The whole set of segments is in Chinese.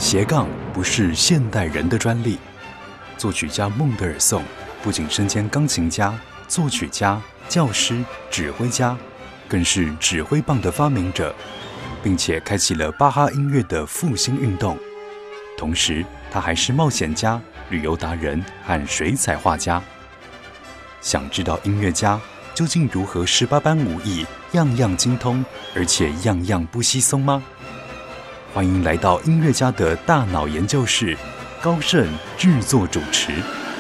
斜杠不是现代人的专利。作曲家孟德尔颂不仅身兼钢琴家、作曲家、教师、指挥家，更是指挥棒的发明者，并且开启了巴哈音乐的复兴运动。同时，他还是冒险家、旅游达人和水彩画家。想知道音乐家究竟如何18般武艺样样精通，而且样样不稀松吗？欢迎来到音乐家的大脑研究室，高盛制作主持。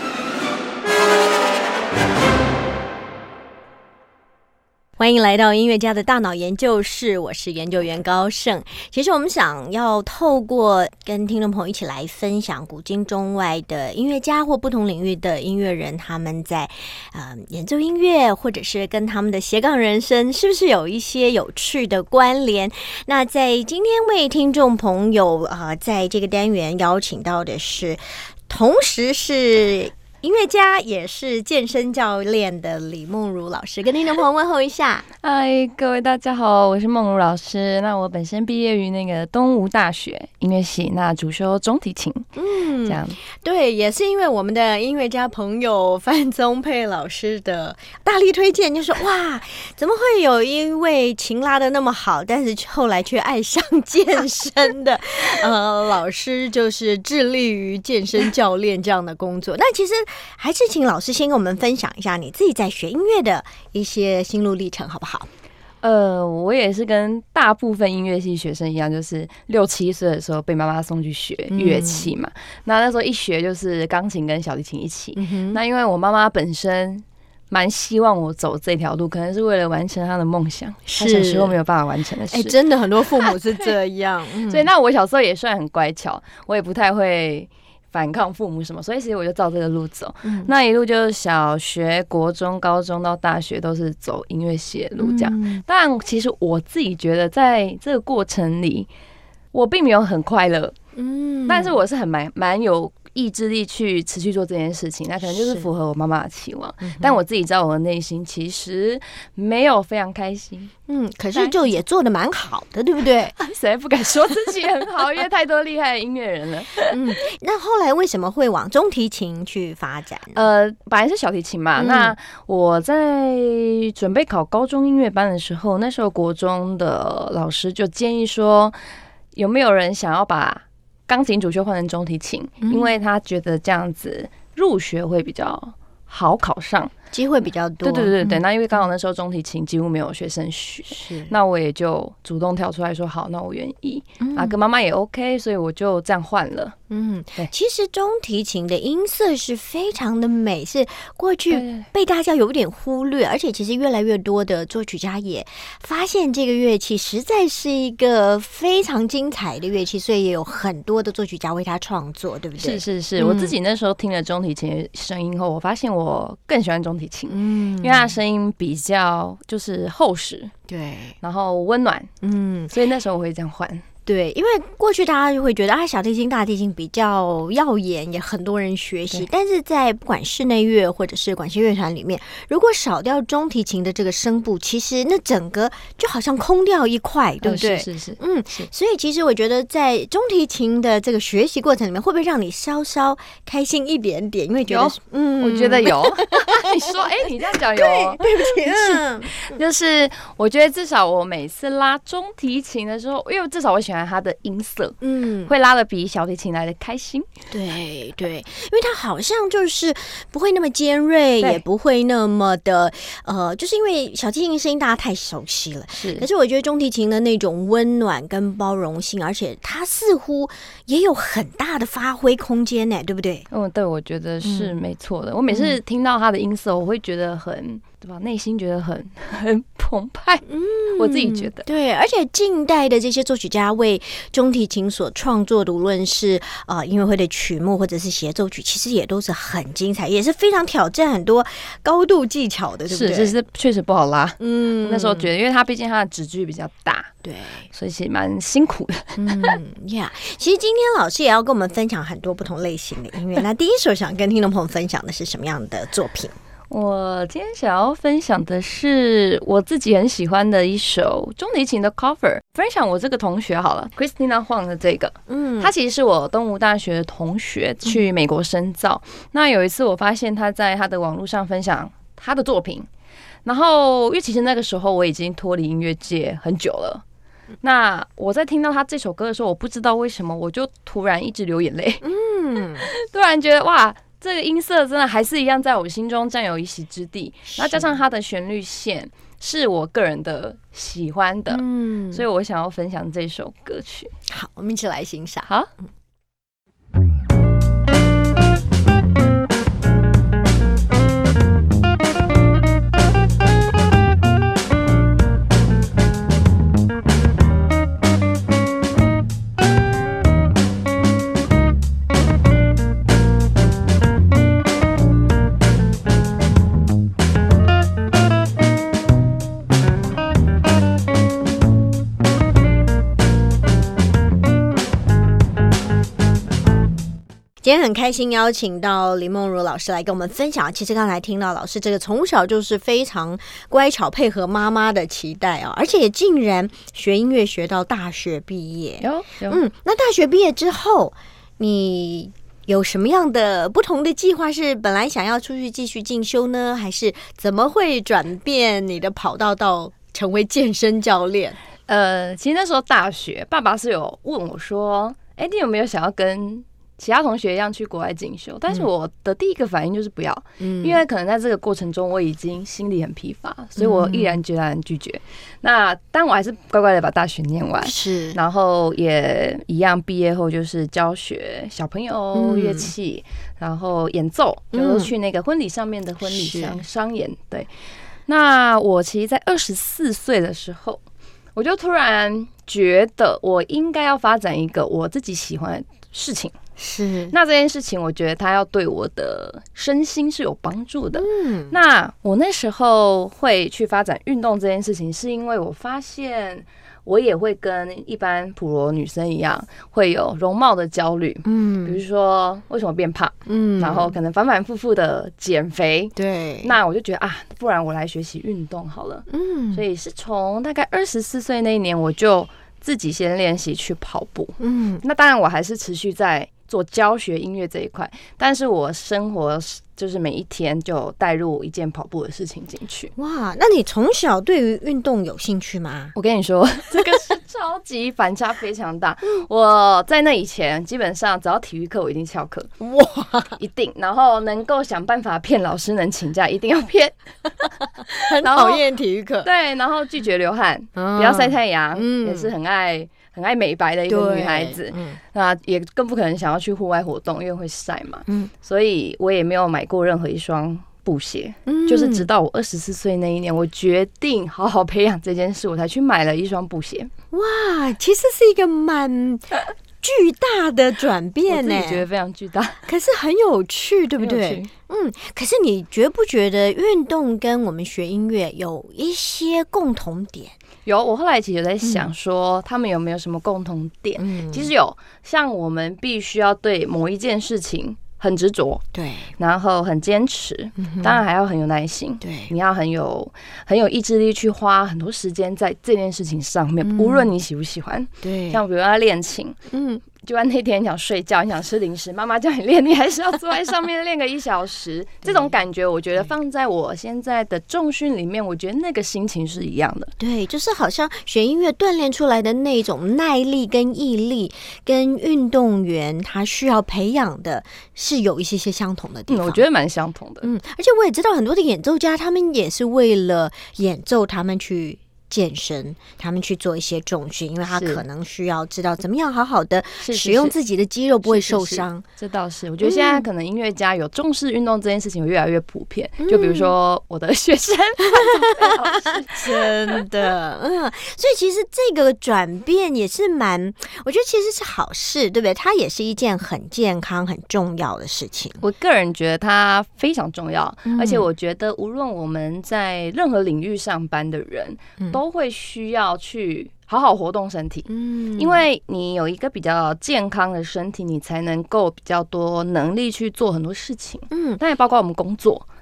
欢迎来到音乐家的大脑研究室，我是研究员高盛。其实我们想要透过跟听众朋友一起来分享古今中外的音乐家或不同领域的音乐人，他们在演奏音乐或者是跟他们的斜杠人生是不是有一些有趣的关联。那在今天为听众朋友在这个单元邀请到的是同时是音乐家也是健身教练的李梦如老师，跟听众朋友问候一下。 嗨，各位大家好，我是梦如老师。那我本身毕业于那个东吴大学音乐系，那主修中提琴。这样对，也是因为我们的音乐家朋友范宗沛老师的大力推荐，就说哇，怎么会有一位琴拉得那么好，但是后来却爱上健身的老师，就是致力于健身教练这样的工作。那其实还是请老师先跟我们分享一下你自己在学音乐的一些心路历程，好不好？ 我也是跟大部分音乐系学生一样，就是6、7岁的时候被妈妈送去学乐器嘛。那时候一学就是钢琴跟小提琴一起。那因为我妈妈本身蛮希望我走这条路，可能是为了完成她的梦想，她小时候没有办法完成的事。 真的很多父母是这样。 所以那我小时候也算很乖巧，我也不太会反抗父母什么，所以其实我就照这个路走。那一路就是小学、国中、高中到大学都是走音乐系的路这样。但其实我自己觉得在这个过程里，我并没有很快乐。但是我是很蛮有意志力去持续做这件事情，那可能就是符合我妈妈的期望。但我自己知道我的内心其实没有非常开心。 可是就也做得蛮好的，对不对？ 谁不敢说自己很好，因为太多厉害的音乐人了。 那后来为什么会往中提琴去发展？ 本来是小提琴嘛。那我在准备考高中音乐班的时候，那时候国中的老师就建议说，有没有人想要把钢琴主修换成中提琴，因为他觉得这样子入学会比较好考上， 机会比较多。 对。那因为刚好那时候中提琴几乎没有学生学，那我也就主动跳出来说好，那我愿意。跟妈妈也 OK， 所以我就这样换了。 其实中提琴的音色是非常的美，是过去被大家有点忽略，而且其实越来越多的作曲家也发现这个乐器实在是一个非常精彩的乐器，所以也有很多的作曲家为它创作，对不对？ 是。我自己那时候听了中提琴的声音后，我发现我更喜欢中提琴，因为它的声音比较就是厚实，对，然后温暖，所以那时候我会这样换。 对，因为过去大家就会觉得小提琴、大提琴比较耀眼，也很多人学习。但是在不管室内乐或者是管弦乐团里面，如果少掉中提琴的这个声部，其实那整个就好像空掉一块，对不对？ 是。 所以其实我觉得在中提琴的这个学习过程里面，会不会让你稍稍开心一点点？因为觉得我觉得有。你说，你这样讲有？ 对不起， 就是我觉得至少我每次拉中提琴的时候，因为至少我喜欢它的音色，会拉得比小提琴来的开心。对， 因为它好像就是不会那么尖锐，也不会那么的就是因为小提琴声音大家太熟悉了，可是我觉得中提琴的那种温暖跟包容性，而且它似乎也有很大的发挥空间呢，对不对？ 对，我觉得是没错的。我每次听到它的音色，我会觉得很，对吧？内心觉得很澎湃。我自己觉得对，而且近代的这些作曲家为中提琴所创作的，无论是音乐会的曲目或者是协奏曲，其实也都是很精彩，也是非常挑战很多高度技巧的，对不对？ 是确实不好拉。那时候觉得，因为它毕竟它的指距比较大，对，所以其实蛮辛苦的。 其实今天老师也要跟我们分享很多不同类型的音乐。那第一首想跟听众朋友分享的是什么样的作品？ 我今天想要分享的是我自己很喜欢的一首中提琴的 cover， 分享我这个同学好了 ，Christina Huang 的这个，他其实是我东吴大学的同学，去美国深造。那有一次我发现他在他的网络上分享他的作品，然后因为其实那个时候我已经脱离音乐界很久了。那我在听到他这首歌的时候，我不知道为什么，我就突然一直流眼泪。突然觉得哇，这个音色真的还是一样在我心中占有一席之地。然后加上它的旋律线是我个人的喜欢的，所以我想要分享这首歌曲。 好，我们一起来欣赏。 好。 今天很开心邀请到林梦如老师来跟我们分享。其实刚才听到老师这个从小就是非常乖巧，配合妈妈的期待而且也竟然学音乐学到大学毕业。那大学毕业之后，你有什么样的不同的计划？是本来想要出去继续进修呢，还是怎么会转变你的跑道到成为健身教练？ 其实那时候大学，爸爸是有问我说：“你有没有想要跟其他同学一样去国外进修？”但是我的第一个反应就是不要，因为可能在这个过程中我已经心里很疲乏，所以我毅然决然拒绝。那但我还是乖乖的把大学念完， 是， 然后也一样毕业后就是教学小朋友乐器，然后演奏，就是去那个婚礼上面的婚礼商演。对，那我其实在24岁的时候，我就突然觉得我应该要发展一个我自己喜欢的事情。 是， 那这件事情我觉得它要对我的身心是有帮助的。那我那时候会去发展运动这件事情，是因为我发现我也会跟一般普罗女生一样，会有容貌的焦虑。比如说为什么变胖，然后可能反反复复的减肥。 对， 那我就觉得不然我来学习运动好了。所以是从大概24岁那一年，我就自己先练习去跑步。那当然我还是持续在做教学音乐这一块，但是我生活就是每一天就带入一件跑步的事情进去。 哇，那你从小对于运动有兴趣吗？ 我跟你说，这个是超级反差非常大。我在那以前基本上只要体育课我一定翘课，哇，一定，然后能够想办法骗老师能请假一定要骗， 很讨厌体育课。 对，然后拒绝流汗，不要晒太阳，也是很爱美白的一个女孩子。那也更不可能想要去户外活动，因为会晒嘛。所以我也没有买过任何一双布鞋。就是直到我24岁那一年，我决定好好培养这件事，我才去买了一双布鞋。 哇，其实是一个蛮巨大的转变呢， 我自己觉得非常巨大， 可是很有趣，对不对？可是你觉不觉得运动跟我们学音乐有一些共同点？ 有，我后来其实有在想说，他们有没有什么共同点？其实有，像我们必须要对某一件事情很执着， 对， 然后很坚持，当然还要很有耐心， 对， 你要很有意志力去花很多时间在这件事情上面，无论你喜不喜欢， 对， 像比如要练琴，就算那天你想睡觉，你想吃零食，妈妈叫你练，你还是要坐在上面练个1小时。这种感觉，我觉得放在我现在的重训里面，我觉得那个心情是一样的。 对，就是好像学音乐锻炼出来的那种耐力跟毅力，跟运动员他需要培养的是有一些相同的地方。 我觉得蛮相同的。 而且我也知道很多的演奏家，他们也是为了演奏，他们去健身，他们去做一些重训，因为他可能需要知道怎么样好好的使用自己的肌肉，不会受伤。 这倒是，我觉得现在可能音乐家有重视运动这件事情，越来越普遍。就比如说我的学生， 真的，所以其实这个转变也是我觉得其实是好事，对不对？它也是一件很健康、很重要的事情。 我个人觉得它非常重要，而且我觉得无论我们在任何领域上班的人，都会需要去好好活动身体，因为你有一个比较健康的身体，你才能够比较多能力去做很多事情，但也包括我们工作。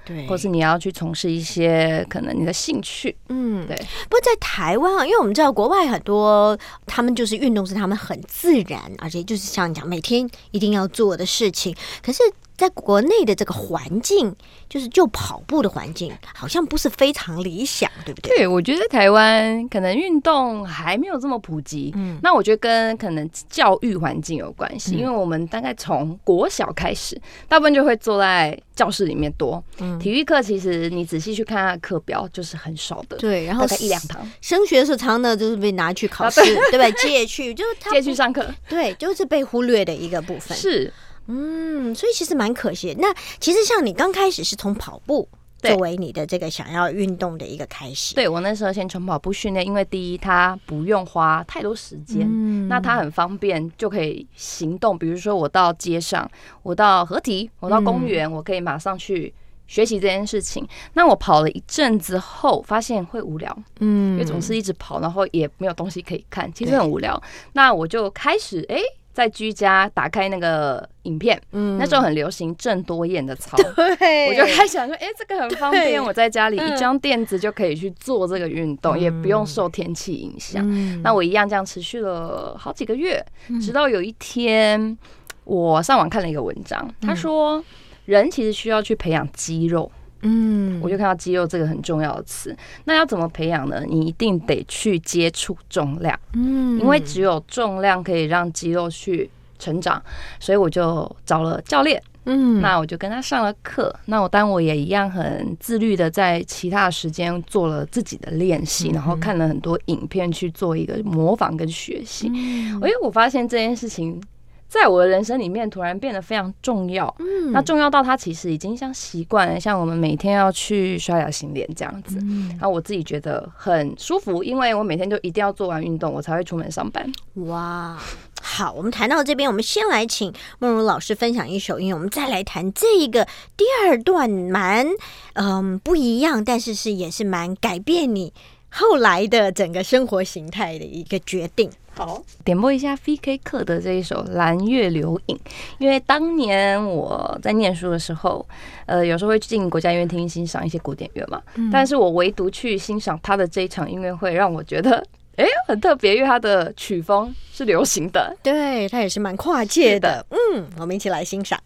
对， 或是你要去从事一些可能你的兴趣。对。 不过在台湾啊，因为我们知道国外很多他们就是运动是他们很自然，而且就是像你讲每天一定要做的事情，可是在国内的这个环境，就跑步的环境，好像不是非常理想，对不对？ 对，我觉得台湾可能运动还没有这么普及。那我觉得跟可能教育环境有关系，因为我们大概从国小开始，大部分就会坐在教室里面多。体育课其实你仔细去看它的课表，就是很少的， 对，然后大概1-2堂。 升学的时候，常常就是被拿去考试，对不对？借去上课， 对，就是被忽略的一个部分。 是。 所以其实蛮可惜的。那其实像你刚开始是从跑步作为你的这个想要运动的一个开始。 对，我那时候先从跑步训练，因为第一它不用花太多时间，那它很方便就可以行动。比如说我到街上，我到河堤，我到公园，我可以马上去学习这件事情。那我跑了一阵子后，发现会无聊，因为总是一直跑，然后也没有东西可以看，其实很无聊。那我就开始在居家打开那个影片，那时候很流行郑多燕的操，我就开始想说，这个很方便，我在家里一张垫子就可以去做这个运动，也不用受天气影响。那我一样这样持续了好几个月，直到有一天我上网看了一个文章，他说人其实需要去培养肌肉。我就看到肌肉这个很重要的词。那要怎么培养呢？你一定得去接触重量，因为只有重量可以让肌肉去成长。所以我就找了教练，那我就跟他上了课。那我也一样很自律的在其他的时间做了自己的练习，然后看了很多影片去做一个模仿跟学习。我发现这件事情在我的人生里面突然变得非常重要，那重要到它其实已经像习惯了，像我们每天要去刷牙洗脸这样子，然后我自己觉得很舒服，因为我每天就一定要做完运动，我才会出门上班。 哇，好，我们谈到这边，我们先来请梦如老师分享一首音乐，我们再来谈这一个第二段蛮不一样，但是也是蛮改变你后来的整个生活形态的一个决定。 好，点播一下 VK 课的这一首《蓝月流影》，因为当年我在念书的时候，有时候会进国家音乐厅欣赏一些古典乐嘛，但是我唯独去欣赏他的这一场音乐会，让我觉得很特别，因为他的曲风是流行的， 对，他也是蛮跨界的。我们一起来欣赏。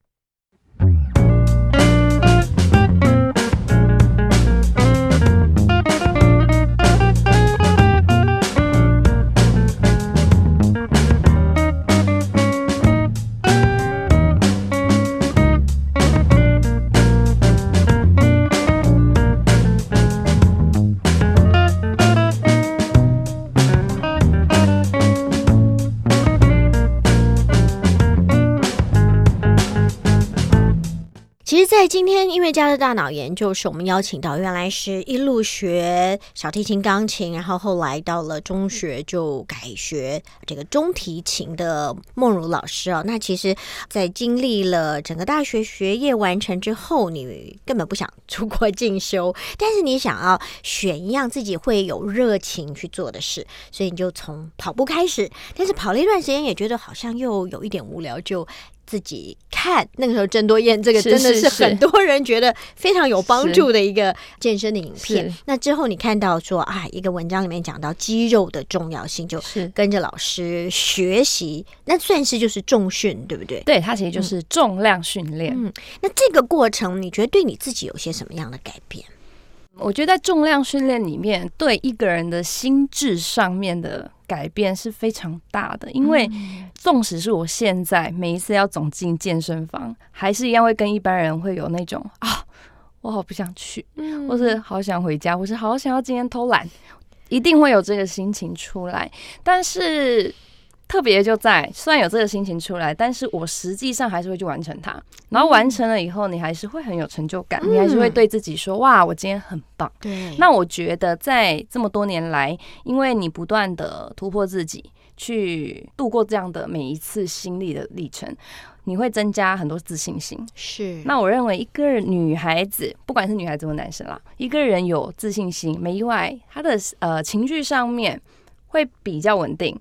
其实在今天音乐家的大脑研究室，我们邀请到原来是一路学小提琴钢琴，然后后来到了中学就改学这个中提琴的梦如老师哦。那其实在经历了整个大学学业完成之后，你根本不想出国进修，但是你想要选一样自己会有热情去做的事，所以你就从跑步开始，但是跑了一段时间也觉得好像又有一点无聊，就自己看。那个时候郑多燕这个真的是很多人觉得非常有帮助的一个健身的影片。那之后你看到说一个文章里面讲到肌肉的重要性，就跟着老师学习，那算是就是重训，对不对？ 对，它其实就是重量训练。 那这个过程你觉得对你自己有些什么样的改变？ 我觉得在重量训练里面，对一个人的心智上面的改变是非常大的。因为纵使是我现在每一次要走进健身房，还是一样会跟一般人会有那种我好不想去，或是好想回家，或是好想要今天偷懒，一定会有这个心情出来。但是特别就在虽然有这个心情出来，但是我实际上还是会去完成它。然后完成了以后，你还是会很有成就感，你还是会对自己说哇，我今天很棒。 对， 那我觉得在这么多年来，因为你不断的突破自己，去度过这样的每一次心力的历程，你会增加很多自信心。 是， 那我认为一个女孩子，不管是女孩子或男生啦，一个人有自信心，没意外，她的情绪上面会比较稳定。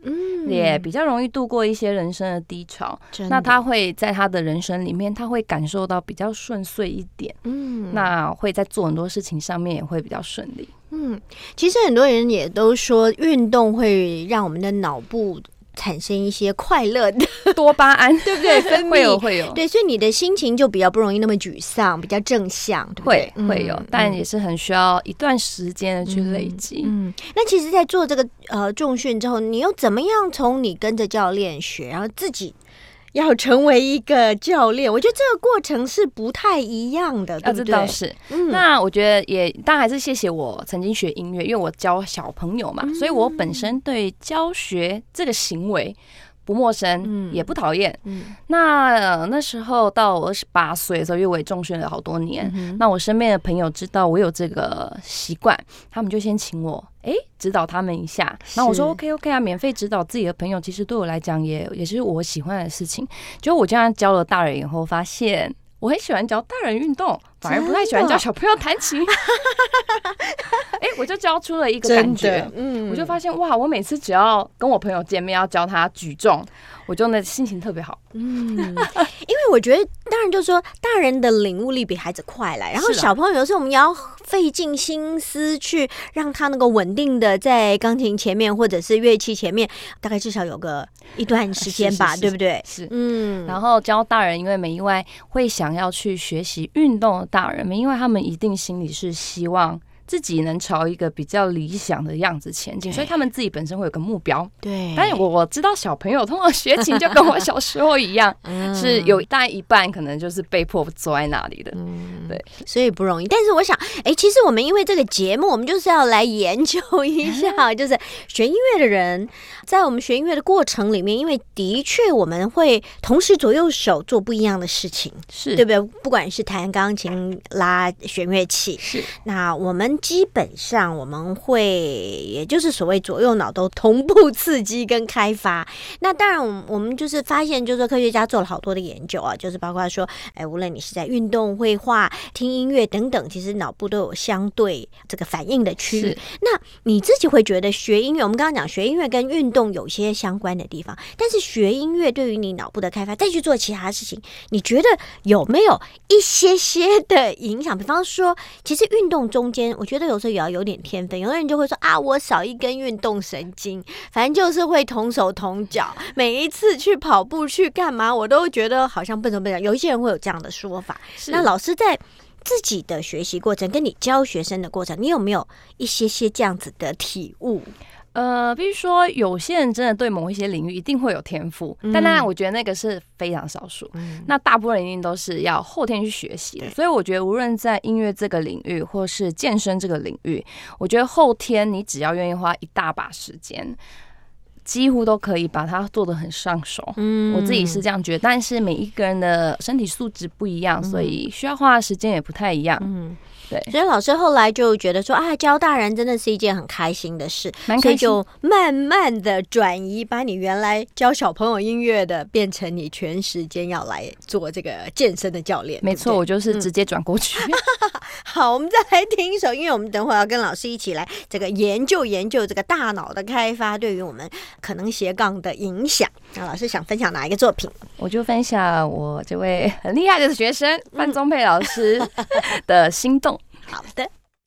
也比较容易度过一些人生的低潮。那他会在他的人生里面，他会感受到比较顺遂一点。那会在做很多事情上面也会比较顺利。 其实很多人也都说，运动会让我们的脑部产生一些快乐的多巴胺， 对不对？分泌会有， 对，所以你的心情就比较不容易那么沮丧，比较正向，对不对？ 会有，但也是很需要一段时间的去累积。 那其实，在做这个重训之后，你又怎么样从你跟着教练学，然后自己要成为一个教练？我觉得这个过程是不太一样的，对不对？ 这倒是。那我觉得也当然还是谢谢我曾经学音乐，因为我教小朋友嘛，所以我本身对教学这个行为不陌生，也不讨厌。那时候到我28岁的时候，因为我也重训了好多年，那我身边的朋友知道我有这个习惯，他们就先请我指导他们一下。那我说 OK 啊，免费指导自己的朋友，其实对我来讲也是我喜欢的事情。就我这样教了大人以后，发现我很喜欢教大人运动，反而不太喜欢教小朋友弹琴。我就教出了一个感觉，我就发现哇，我每次只要跟我朋友见面要教他举重，我就那心情特别好。 因为我觉得当然就是说大人的领悟力比孩子快来，然后小朋友有时候我们也要费尽心思去让他能够稳定的在钢琴前面或者是乐器前面，大概至少有个一段时间吧，对不对？ 是，然后教大人，因为没意外会想要去学习运动的大人们，因为他们一定心里是希望自己能朝一个比较理想的样子前进，所以他们自己本身会有个目标。 对， 但是我知道小朋友通常学琴就跟我小时候一样，是有大概一半可能就是被迫坐在那里的。对， 所以不容易。但是我想，其实我们因为这个节目，我们就是要来研究一下，就是学音乐的人在我们学音乐的过程里面，因为的确我们会同时左右手做不一样的事情， 是对不对？不管是弹钢琴、拉弦乐器， 是。 那我们基本上我们会，也就是所谓左右脑都同步刺激跟开发。那当然我们就是发现，就是说科学家做了好多的研究啊，就是包括说，无论你是在运动、绘画、听音乐等等，其实脑部都有相对这个反应的区域。那你自己会觉得学音乐，我们刚刚讲学音乐跟运动有些相关的地方，但是学音乐对于你脑部的开发，再去做其他事情，你觉得有没有一些的影响？比方说，其实运动中间，我觉得有时候也要有点天分。有的人就会说啊，我少一根运动神经，反正就是会同手同脚，每一次去跑步去干嘛，我都觉得好像笨手笨脚。有一些人会有这样的说法。那老师在自己的学习过程跟你教学生的过程，你有没有一些这样子的体悟？ 比如说有些人真的对某一些领域一定会有天赋，但当然我觉得那个是非常少数，那大部分人一定都是要后天去学习的。所以我觉得无论在音乐这个领域或是健身这个领域，我觉得后天你只要愿意花一大把时间，几乎都可以把它做得很上手。我自己是这样觉得，但是每一个人的身体素质不一样，所以需要花的时间也不太一样。对， 所以老师后来就觉得说啊，教大人真的是一件很开心的事，所以就慢慢的转移，把你原来教小朋友音乐的变成你全时间要来做这个健身的教练。 没错，我就是直接转过去。 好，我们再来听一首音乐，我们等会儿要跟老师一起来这个研究这个大脑的开发对于我们可能斜杠的影响。那老师想分享哪一个作品？ 我就分享我这位很厉害的学生范宗沛老师的《心动》。 好的。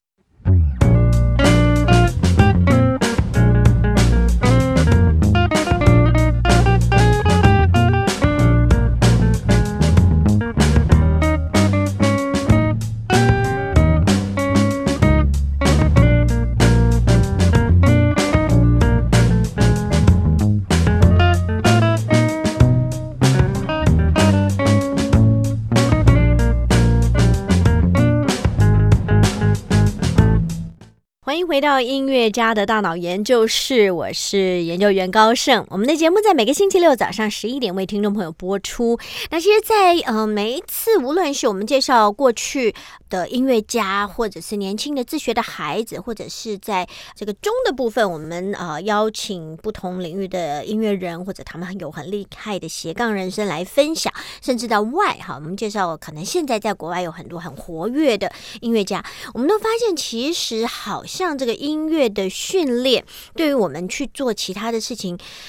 欢迎回到音乐家的大脑研究室，我是研究员高盛。我们的节目在每个星期六早上11点为听众朋友播出。那其实在每一次，无论是我们介绍过去的音乐家，或者是年轻的自学的孩子，或者是在这个中的部分，我们邀请不同领域的音乐人，或者他们有很厉害的斜杠人生来分享，甚至到外我们介绍可能现在在国外有很多很活跃的音乐家，我们都发现其实好像这个音乐的训练对于我们去做其他的事情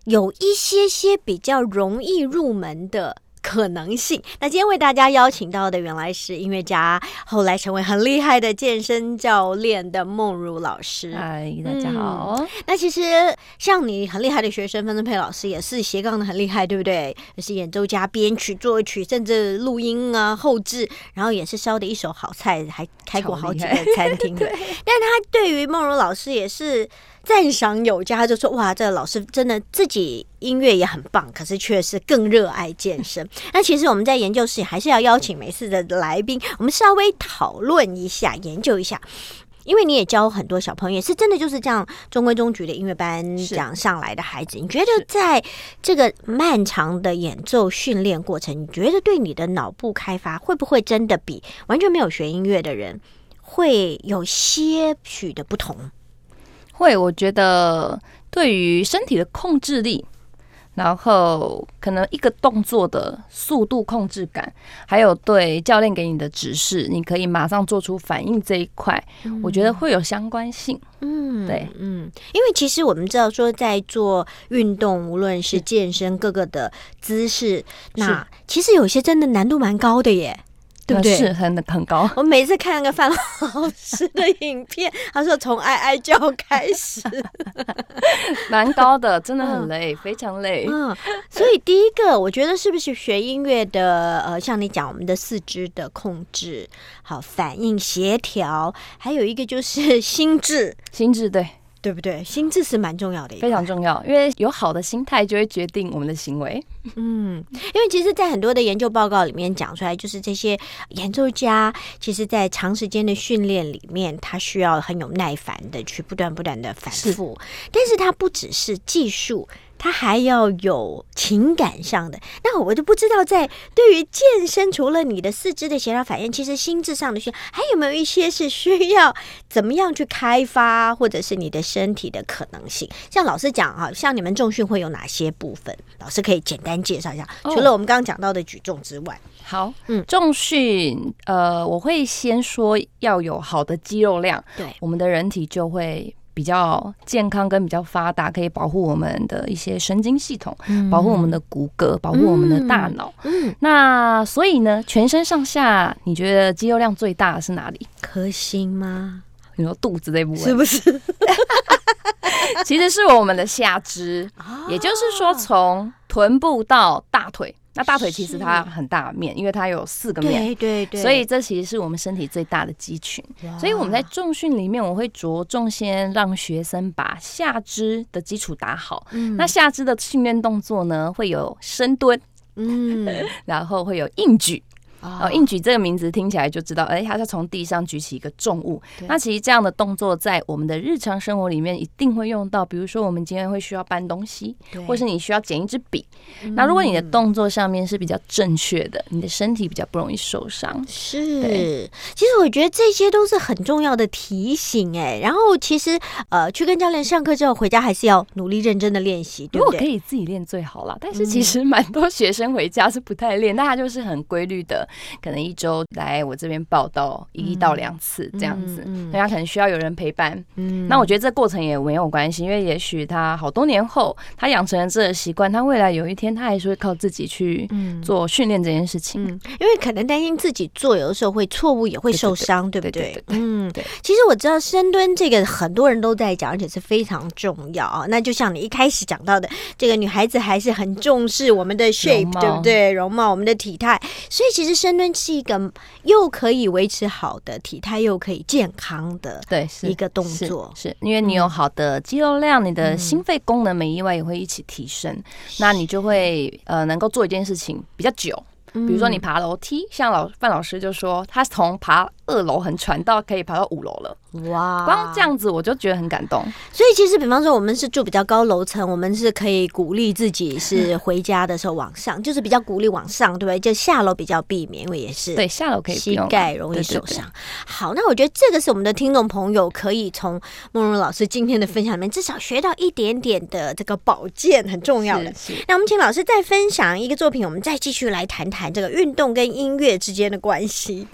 有一些比较容易入门的可能性。那今天为大家邀请到的原来是音乐家，后来成为很厉害的健身教练的梦如老师。 嗨，大家好。 那其实像你很厉害的学生芬佩老师也是斜杠的很厉害，对不对？也是演奏家、编曲、作曲，甚至录音啊、后制，然后也是烧的一手好菜，还开过好几个餐厅的。但他对于梦如老师也是赞赏有加，他就说哇，这个老师真的自己音乐也很棒，可是却是更热爱健身。那其实我们在研究室还是要邀请每次的来宾，我们稍微讨论一下、研究一下。因为你也教很多小朋友，也是真的就是这样中规中矩的音乐班这样上来的孩子，你觉得在这个漫长的演奏训练过程，你觉得对你的脑部开发会不会真的比完全没有学音乐的人会有些许的不同？ 会，我觉得对于身体的控制力，然后可能一个动作的速度控制感，还有对教练给你的指示，你可以马上做出反应这一块，我觉得会有相关性。对， 因为其实我们知道说，在做运动，无论是健身各个的姿势，那其实有些真的难度蛮高的耶。对不对？ 是很高。 我每次看那个范老师的影片，他说从哀哀叫开始， 蛮高的，真的很累，非常累。 所以第一个，我觉得是不是学音乐的，像你讲我们的四肢的控制，好反应协调，还有一个就是心智，对不对？心智是蛮重要的， 非常重要，因为有好的心态就会决定我们的行为。 因为其实在很多的研究报告里面讲出来，就是这些演奏家其实在长时间的训练里面，他需要很有耐烦的去不断的反复，但是他不只是技术，他还要有情感上的。那我就不知道，在对于健身，除了你的四肢的协调反应，其实心智上的训练，还有没有一些是需要怎么样去开发，或者是你的身体的可能性？像老师讲哈，像你们重训会有哪些部分？老师可以简单介绍一下。除了我们刚刚讲到的举重之外， 好，重训，我会先说要有好的肌肉量，对，我们的人体就会比较健康跟比较发达，可以保护我们的一些神经系统，保护我们的骨骼，保护我们的大脑。那所以呢，全身上下，你觉得肌肉量最大的是哪里？ 核心吗？ 你说肚子这部分是不是？ 其实是我们的下肢，也就是说从臀部到大腿。那大腿其实它很大面，因为它有4个面，对，所以这其实是我们身体最大的肌群。所以我们在重训里面，我会着重先让学生把下肢的基础打好。那下肢的训练动作呢，会有深蹲，然后会有硬举。硬举这个名字听起来就知道，它是从地上举起一个重物。那其实这样的动作在我们的日常生活里面一定会用到，比如说我们今天会需要搬东西，或是你需要捡一支笔。那如果你的动作上面是比较正确的，你的身体比较不容易受伤。 是，其实我觉得这些都是很重要的提醒然后其实去跟教练上课之后，回家还是要努力认真的练习，对不对？ 如果可以自己练最好啦，但是其实蛮多学生回家是不太练，但他就是很规律的。可能1周来我这边报到1到2次这样子，所以他可能需要有人陪伴。那我觉得这过程也没有关系，因为也许他好多年后，他养成了这个习惯，他未来有一天他还是会靠自己去做训练这件事情。 因为可能担心自己做，有的时候会错误，也会受伤，对不对？对。其实我知道深蹲这个很多人都在讲，而且是非常重要啊。那就像你一开始讲到的，这个女孩子还是很重视我们的 shape， 对不对？容貌，我们的体态，所以其实深蹲是一个又可以维持好的体态，又可以健康的一个动作。 是因为你有好的肌肉量，你的心肺功能没意外也会一起提升，那你就会能够做一件事情比较久。比如说你爬楼梯，像范老师就说，他从爬2楼很喘到可以爬到5楼了。哇！光这样子我就觉得很感动。 所以其实比方说我们是住比较高楼层，我们是可以鼓励自己是回家的时候往上，就是比较鼓励往上，对不对？就下楼比较避免，因为也是对下楼可以膝盖容易受伤。好，那我觉得这个是我们的听众朋友可以从梦如老师今天的分享里面至少学到一点点的这个保健，很重要的。那我们请老师再分享一个作品，我们再继续来谈谈这个运动跟音乐之间的关系。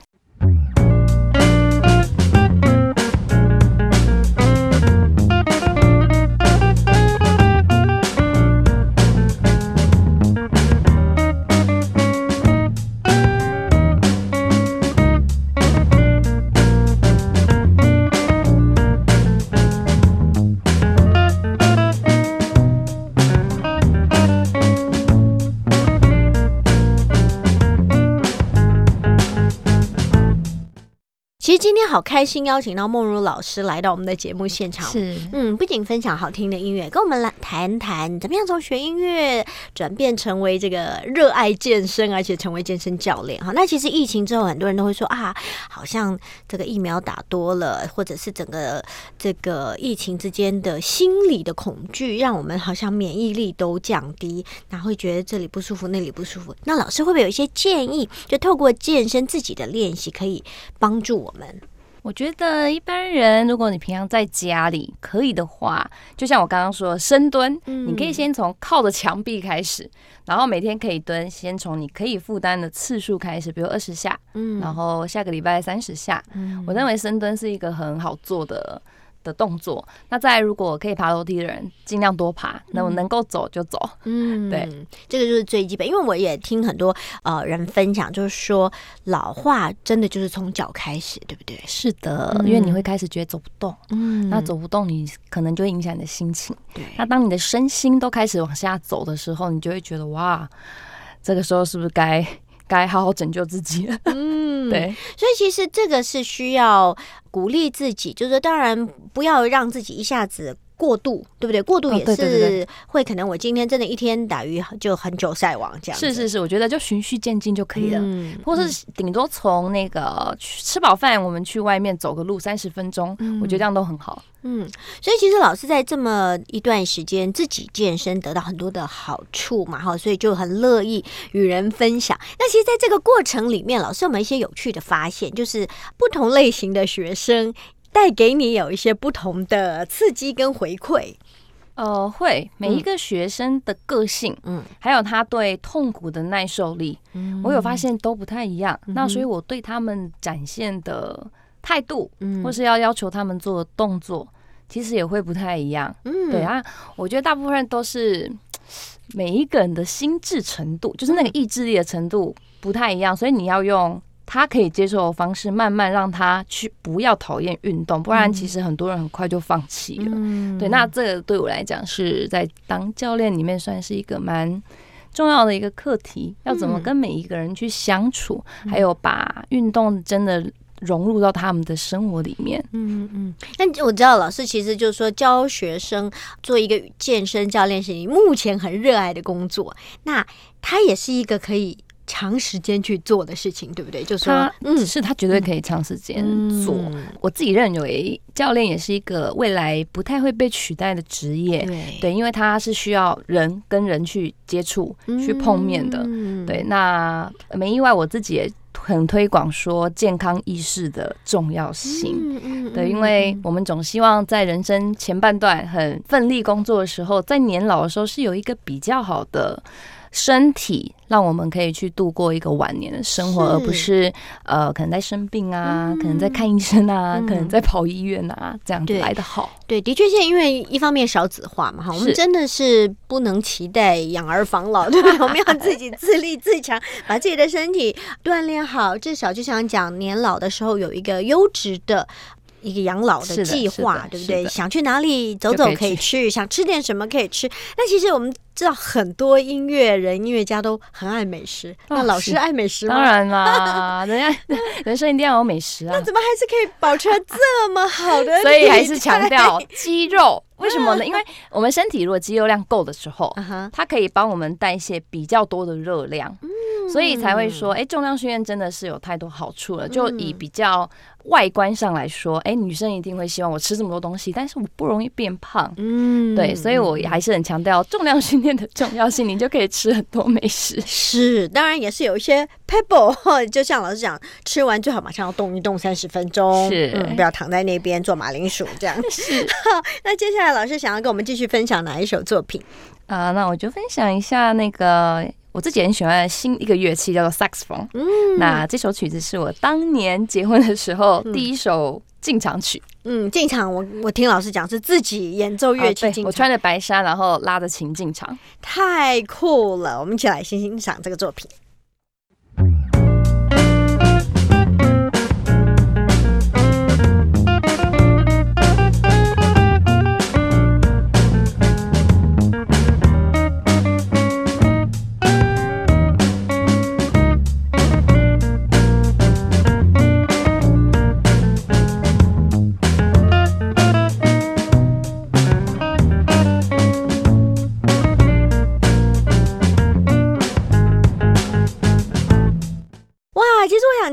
实今天好开心，邀请到梦如老师来到我们的节目现场。 是， 不仅分享好听的音乐，跟我们来谈谈怎么样从学音乐转变成为这个热爱健身，而且成为健身教练。那其实疫情之后，很多人都会说啊，好像这个疫苗打多了，或者是整个这个疫情之间的心理的恐惧，让我们好像免疫力都降低，然后会觉得这里不舒服，那里不舒服。那老师会不会有一些建议，就透过健身自己的练习，可以帮助我们？ 我觉得一般人，如果你平常在家里可以的话，就像我刚刚说的深蹲，你可以先从靠着墙壁开始，然后每天可以蹲，先从你可以负担的次数开始，比如20下，然后下个礼拜30下。我认为深蹲是一个很好做的动作。那再来，如果可以爬楼梯的人，尽量多爬，能够走就走。对， 这个就是最基本。因为我也听很多人分享，就是说老化真的就是从脚开始，对不对？ 是的，因为你会开始觉得走不动，那走不动，你可能就会影响你的心情。 对， 那当你的身心都开始往下走的时候，你就会觉得哇，这个时候是不是该好好拯救自己了？对， 所以其实这个是需要鼓励自己，就是当然不要让自己一下子过度，对不对？过度也是会可能我今天真的一天打鱼就很久晒网这样子。 是，我觉得就循序渐进就可以了，或是顶多从那个吃饱饭我们去外面走个路30分钟，我觉得这样都很好。 所以其实老师在这么一段时间自己健身得到很多的好处嘛，所以就很乐意与人分享。那其实在这个过程里面，老师有没有一些有趣的发现，就是不同类型的学生带给你有一些不同的刺激跟回馈？ 会，每一个学生的个性，还有他对痛苦的耐受力，我有发现都不太一样。那所以我对他们展现的态度，或是要求他们做的动作，其实也会不太一样。对啊，我觉得大部分都是每一个人的心智程度，就是那个意志力的程度不太一样，所以你要用他可以接受的方式，慢慢让他去不要讨厌运动，不然其实很多人很快就放弃了。对，那这个对我来讲是在当教练里面算是一个蛮重要的一个课题，要怎么跟每一个人去相处，还有把运动真的融入到他们的生活里面。 那我知道老师其实就是说教学生做一个健身教练是你目前很热爱的工作，那他也是一个可以长时间去做的事情，对不对？就是说他绝对可以长时间做。我自己认为教练也是一个未来不太会被取代的职业。对，因为他是需要人跟人去接触、去碰面的。对，那没意外，我自己也很推广说健康意识的重要性。对，因为我们总希望在人生前半段很奋力工作的时候，在年老的时候是有一个比较好的身体，让我们可以去度过一个晚年的生活，而不是可能在生病啊，可能在看医生啊，可能在跑医院啊，这样子来得好。 对，的确是因为一方面少子化嘛，我们真的是不能期待养儿防老，对不对？我们要自己自立自强，把自己的身体锻炼好，至少就像讲年老的时候有一个优质的一个养老的计划，对不对？想去哪里走走可以去，想吃点什么可以吃。那其实我们知道很多音乐家都很爱美食，那老师爱美食吗？ 当然啦，人生一定要有美食啊。 那怎么还是可以保持这么好的？ 所以还是强调肌肉。为什么呢？因为我们身体如果肌肉量够的时候，它可以帮我们代谢比较多的热量，所以才会说，重量训练真的是有太多好处了。就以比较外观上来说，女生一定会希望我吃这么多东西，但是我不容易变胖。对，所以我还是很强调重量训练的重要性，你就可以吃很多美食。 是，当然也是有一些 pebble， 就像老师讲，吃完最好马上要动一动30分钟，不要躺在那边做马铃薯这样。是，那接下来老师想要跟我们继续分享哪一首作品？ 那我就分享一下那个我自己很喜欢的新一个乐器，叫做 saxophone。那这首曲子是我当年结婚的时候第一首进场曲。 进场我听老师讲是自己演奏乐器进场， 我穿着白纱，然后拉着琴进场， 太酷了！我们一起来欣赏这个作品。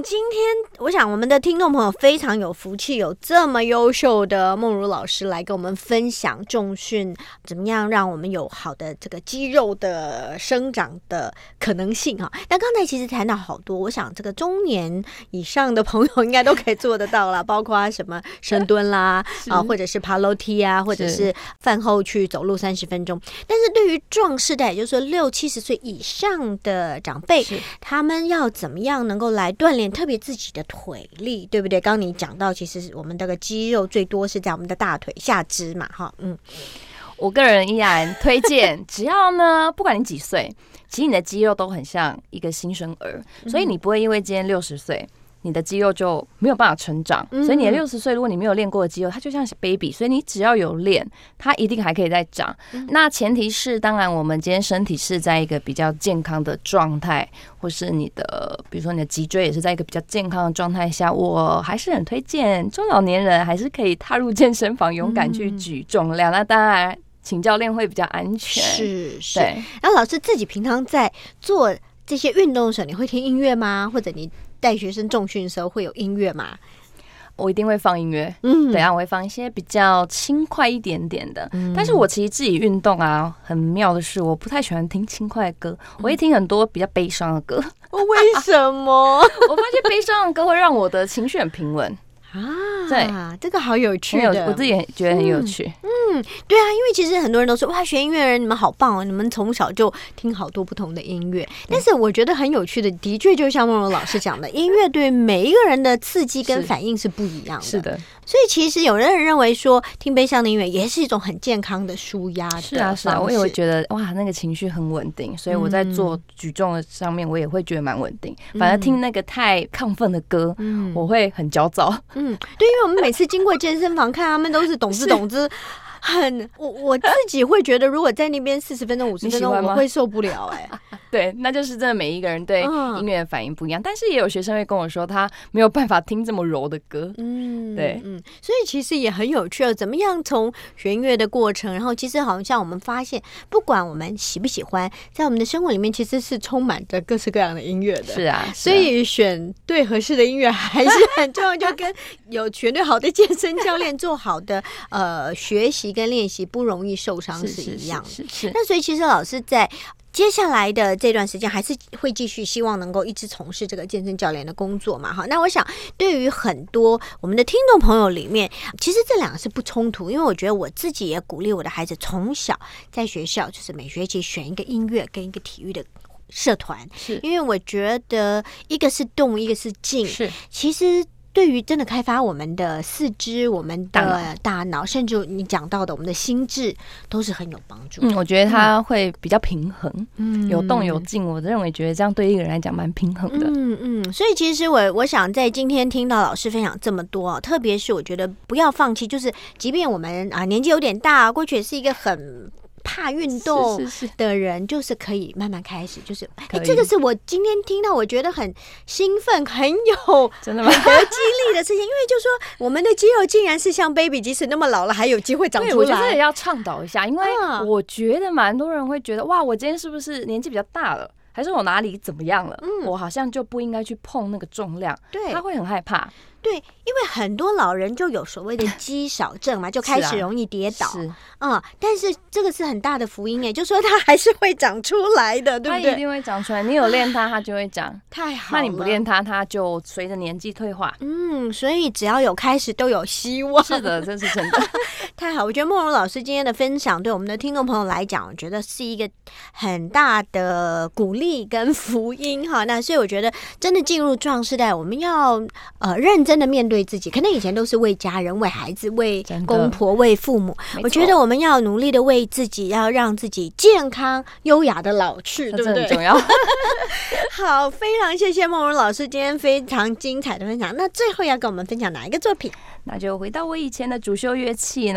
今天我想我们的听众朋友非常有福气，有这么优秀的梦如老师来跟我们分享重训怎么样让我们有好的这个肌肉的生长的可能性哈。那刚才其实谈到好多，我想这个中年以上的朋友应该都可以做得到啦，包括什么深蹲啦或者是爬楼梯啊，或者是饭后去走路30分钟。但是对于壮世代，也就是说60-70岁以上的长辈，他们要怎么样能够来锻炼特别自己的腿力，对不对？刚刚你讲到，其实我们这个肌肉最多是在我们的大腿下肢嘛，哈， 我个人依然推荐，只要呢，不管你几岁，其实你的肌肉都很像一个新生儿，所以你不会因为今天60岁。你的肌肉就没有办法成长，所以你的60岁，如果你没有练过的肌肉，它就像是 baby， 所以你只要有练，它一定还可以再长。那前提是，当然我们今天身体是在一个比较健康的状态，或是你的，比如说你的脊椎也是在一个比较健康的状态下，我还是很推荐中老年人还是可以踏入健身房，勇敢去举重量。那当然，请教练会比较安全。 是。对。然后老师自己平常在做这些运动的时候，你会听音乐吗？或者你带学生重训的时候会有音乐吗？ 我一定会放音乐，对啊，我会放一些比较轻快一点点的。但是我其实自己运动啊，很妙的是，我不太喜欢听轻快的歌，我会听很多比较悲伤的歌。 为什么？ 我发现悲伤的歌会让我的情绪很平稳。 对，这个好有趣的， 我自己也觉得很有趣。 对啊，因为其实很多人都说哇，学音乐的人你们好棒哦，你们从小就听好多不同的音乐。但是我觉得很有趣的，的确就像梦柔老师讲的，音乐对每一个人的刺激跟反应是不一样的。是的，所以其实有人认为说听悲伤的音乐也是一种很健康的舒压的。 是啊，我也会觉得哇，那个情绪很稳定，所以我在做举重的上面，我也会觉得蛮稳定。反而听那个太亢奋的歌，我会很焦躁。 对，因为我们每次经过健身房看他们都是懂之。我自己会觉得，如果在那边40分钟、50分钟，我会受不了对，那就是真的每一个人对音乐的反应不一样。但是也有学生会跟我说，他没有办法听这么柔的歌。对， 所以其实也很有趣，怎么样从学音乐的过程，然后其实好像我们发现，不管我们喜不喜欢，在我们的生活里面其实是充满着各式各样的音乐的。 是啊， 所以选对合适的音乐还是很重要，就跟有选对好的健身教练，做好的学习跟练习不容易受伤是一样的。是。那所以其实老师在接下来的这段时间还是会继续希望能够一直从事这个健身教练的工作嘛？哈，那我想对于很多我们的听众朋友里面，其实这两个是不冲突，因为我觉得我自己也鼓励我的孩子从小在学校就是每学期选一个音乐跟一个体育的社团，是因为我觉得一个是动，一个是静，是其实。对于真的开发我们的四肢、我们的大脑，甚至你讲到的我们的心智，都是很有帮助。 我觉得它会比较平衡，有动有静。我认为觉得这样对一个人来讲蛮平衡的。 所以其实我想在今天听到老师分享这么多，特别是我觉得不要放弃，就是即便我们年纪有点大，过去也是一个很怕运动的人，就是可以慢慢开始，就是这个是我今天听到我觉得很兴奋、很有真的吗？ 很有激励的事情，因为就说我们的肌肉竟然是像 baby， 即使那么老了还有机会长出来。 对，我觉得也要倡导一下，因为我觉得蛮多人会觉得哇，我今天是不是年纪比较大了？还是我哪里怎么样了？我好像就不应该去碰那个重量，对，他会很害怕。 对，因为很多老人就有所谓的肌少症嘛，就开始容易跌倒。但是这个是很大的福音耶，就说它还是会长出来的，对不对？ 它一定会长出来，你有练它，它就会长。 太好了， 那你不练它，它就随着年纪退化。 所以只要有开始，都有希望。 是的，这是真的。 太好，我觉得梦柔老师今天的分享，对我们的听众朋友来讲，我觉得是一个很大的鼓励跟福音哈。那所以我觉得，真的进入壮世代，我们要认真的面对自己。可能以前都是为家人、为孩子、为公婆、为父母，我觉得我们要努力的为自己，要让自己健康、优雅的老去，对不对？ 很重要。 好，非常谢谢梦柔老师今天非常精彩的分享。那最后要跟我们分享哪一个作品？ 那就回到我以前的主修乐器，那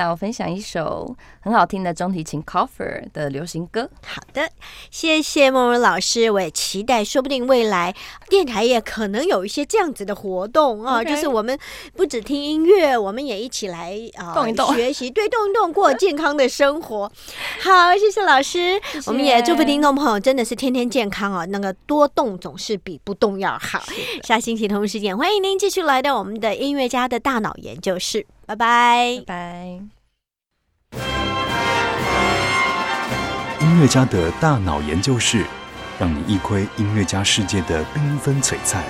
要分享一首很好听的中提琴 cover 的流行歌。 好的，谢谢梦如老师，我也期待说不定未来电台也可能有一些这样子的活动啊， Okay. 就是我们不只听音乐，我们也一起来动一动学习，对，动一动，过健康的生活。好，谢谢老师， 谢谢。 我们也祝福听众朋友真的是天天健康啊，那个多动总是比不动要好。下星期同一时间，欢迎您继续来到我们的音乐家的大脑研究室，拜拜， 拜拜。 音乐家的大脑研究室，让你一窥音乐家世界的缤纷璀璨，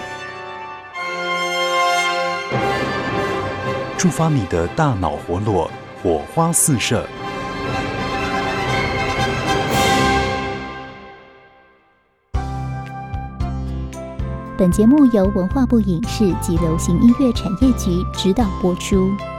触发你的大脑活络，火花四射。 本节目由文化部影视及流行音乐产业局指导播出。